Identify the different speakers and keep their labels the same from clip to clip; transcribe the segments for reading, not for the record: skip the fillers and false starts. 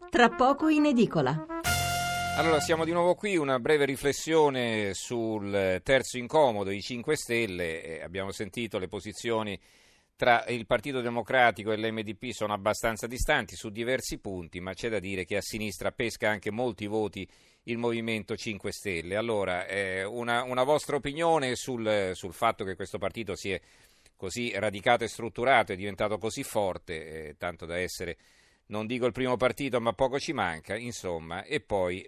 Speaker 1: tra poco in edicola.
Speaker 2: Allora, siamo di nuovo qui, una breve riflessione sul terzo incomodo, i 5 Stelle. Abbiamo sentito le posizioni tra il Partito Democratico e l'MDP sono abbastanza distanti su diversi punti, ma c'è da dire che a sinistra pesca anche molti voti il Movimento 5 Stelle. Allora, una vostra opinione sul fatto che questo partito si è così radicato e strutturato, è diventato così forte, tanto da essere, non dico il primo partito, ma poco ci manca, insomma, e poi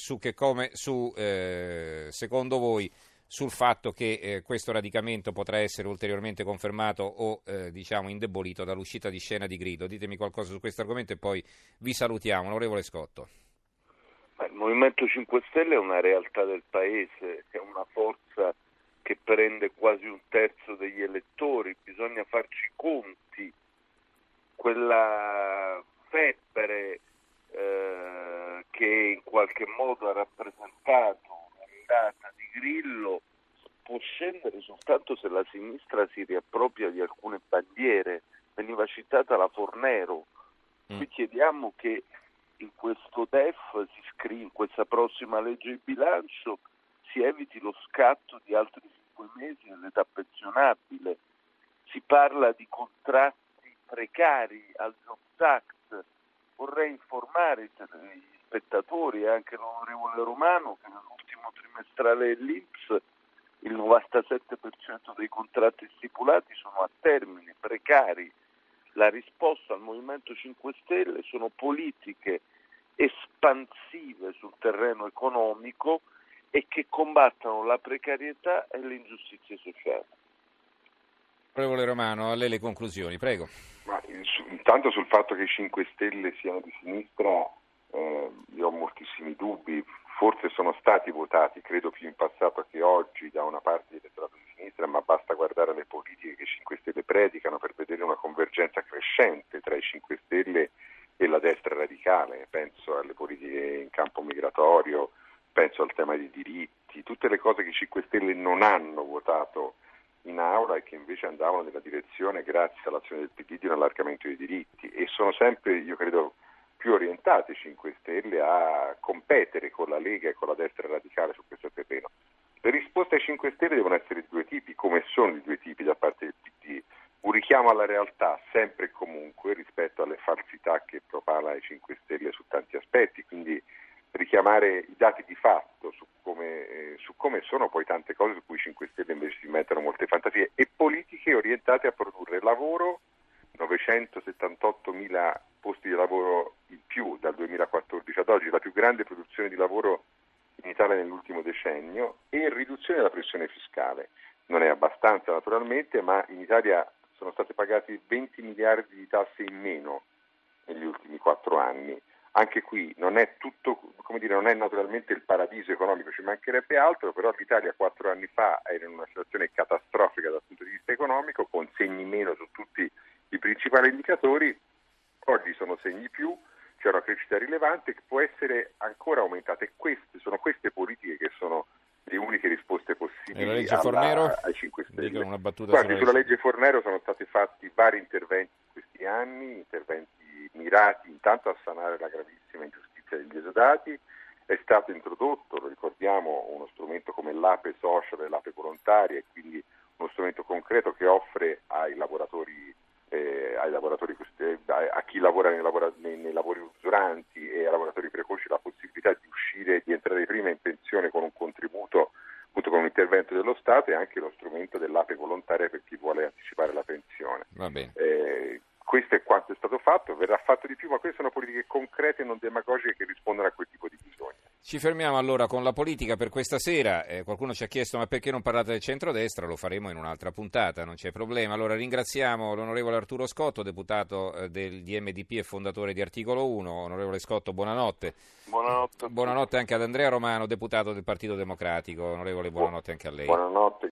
Speaker 2: secondo voi sul fatto che questo radicamento potrà essere ulteriormente confermato o indebolito dall'uscita di scena di Grillo. Ditemi qualcosa su questo argomento e poi vi salutiamo. Onorevole Scotto.
Speaker 3: Il Movimento 5 Stelle è una realtà del paese, è una forza che prende quasi un terzo degli elettori, bisogna farci i conti. Quella febbre che in qualche modo ha rappresentato l'andata di Grillo può scendere soltanto se la sinistra si riappropria di alcune bandiere. Veniva citata la Fornero. Qui chiediamo che in questo DEF si scrive, in questa prossima legge di bilancio, si eviti lo scatto di altri 5 mesi nell'età pensionabile. Si parla di contratti precari al Jobs Act. Vorrei informare gli spettatori e anche l'onorevole Romano che nell'ultimo trimestrale dell'INPS il 97% dei contratti stipulati sono a termine, precari. La risposta al Movimento 5 Stelle sono politiche espansive sul terreno economico e che combattono la precarietà e le ingiustizie sociali.
Speaker 2: Onorevole Romano, a lei le conclusioni, prego.
Speaker 4: Intanto sul fatto che i 5 Stelle siano di sinistra io ho moltissimi dubbi, forse sono stati votati, credo più in passato che oggi, da una parte dell'elettorato di sinistra, ma basta guardare le politiche che i 5 Stelle predicano per vedere una convergenza crescente tra i 5 Stelle e la destra radicale. Penso alle politiche in campo migratorio, penso al tema dei diritti, tutte le cose che i 5 Stelle non hanno votato in aula e che invece andavano nella direzione, grazie all'azione del PD, di un allargamento dei diritti, e sono sempre, io credo, più orientati i 5 Stelle a competere con la Lega e con la destra radicale su questo terreno. Le risposte ai 5 Stelle devono essere di due tipi, come sono di due tipi da parte del PD. Un richiamo alla realtà sempre e comunque rispetto alle falsità che propala i 5 Stelle su tanti aspetti, quindi richiamare i dati di fatto su come sono poi tante cose su cui i 5 Stelle invece si mettono molte fantasie, e politiche orientate a produrre lavoro, 978.000 posti di lavoro in più dal 2014 ad oggi, la più grande produzione di lavoro in Italia nell'ultimo decennio, e riduzione della pressione fiscale. Non è abbastanza naturalmente, ma in Italia sono state pagate 20 miliardi di tasse in meno negli ultimi 4 anni. Anche qui non è tutto, non è naturalmente il paradiso economico, ci mancherebbe altro, però l'Italia 4 anni fa era in una situazione catastrofica dal punto di vista economico, con segni meno su tutti i principali indicatori. Oggi sono segni più, c'è una crescita rilevante che può essere ancora aumentata, e sono queste politiche che sono le uniche risposte possibili ai 5 Stelle.
Speaker 2: Una battuta
Speaker 4: sulla legge Fornero sono stati fatti vari interventi in questi anni, interventi mirati intanto a sanare la gravissima ingiustizia degli esodati. È stato introdotto, lo ricordiamo, uno strumento come l'APE social e l'APE volontaria, e quindi uno strumento concreto che offre a chi lavora nei lavori usuranti e ai lavoratori precoci la possibilità di uscire, di entrare prima in pensione con un contributo, appunto con un intervento dello Stato, e anche lo strumento dell'APE volontaria per chi vuole anticipare la pensione.
Speaker 2: Va bene.
Speaker 4: Questo è quanto è stato fatto, verrà fatto di più, ma queste sono politiche concrete e non demagogiche che rispondono a quel tipo di bisogni.
Speaker 2: Ci fermiamo allora con la politica per questa sera. Qualcuno ci ha chiesto ma perché non parlate del centrodestra? Lo faremo in un'altra puntata, non c'è problema. Allora ringraziamo l'onorevole Arturo Scotto, deputato di MDP e fondatore di Articolo 1. Onorevole Scotto, buonanotte.
Speaker 3: Buonanotte.
Speaker 2: Buonanotte anche ad Andrea Romano, deputato del Partito Democratico. Onorevole, buonanotte anche a lei.
Speaker 4: Buonanotte.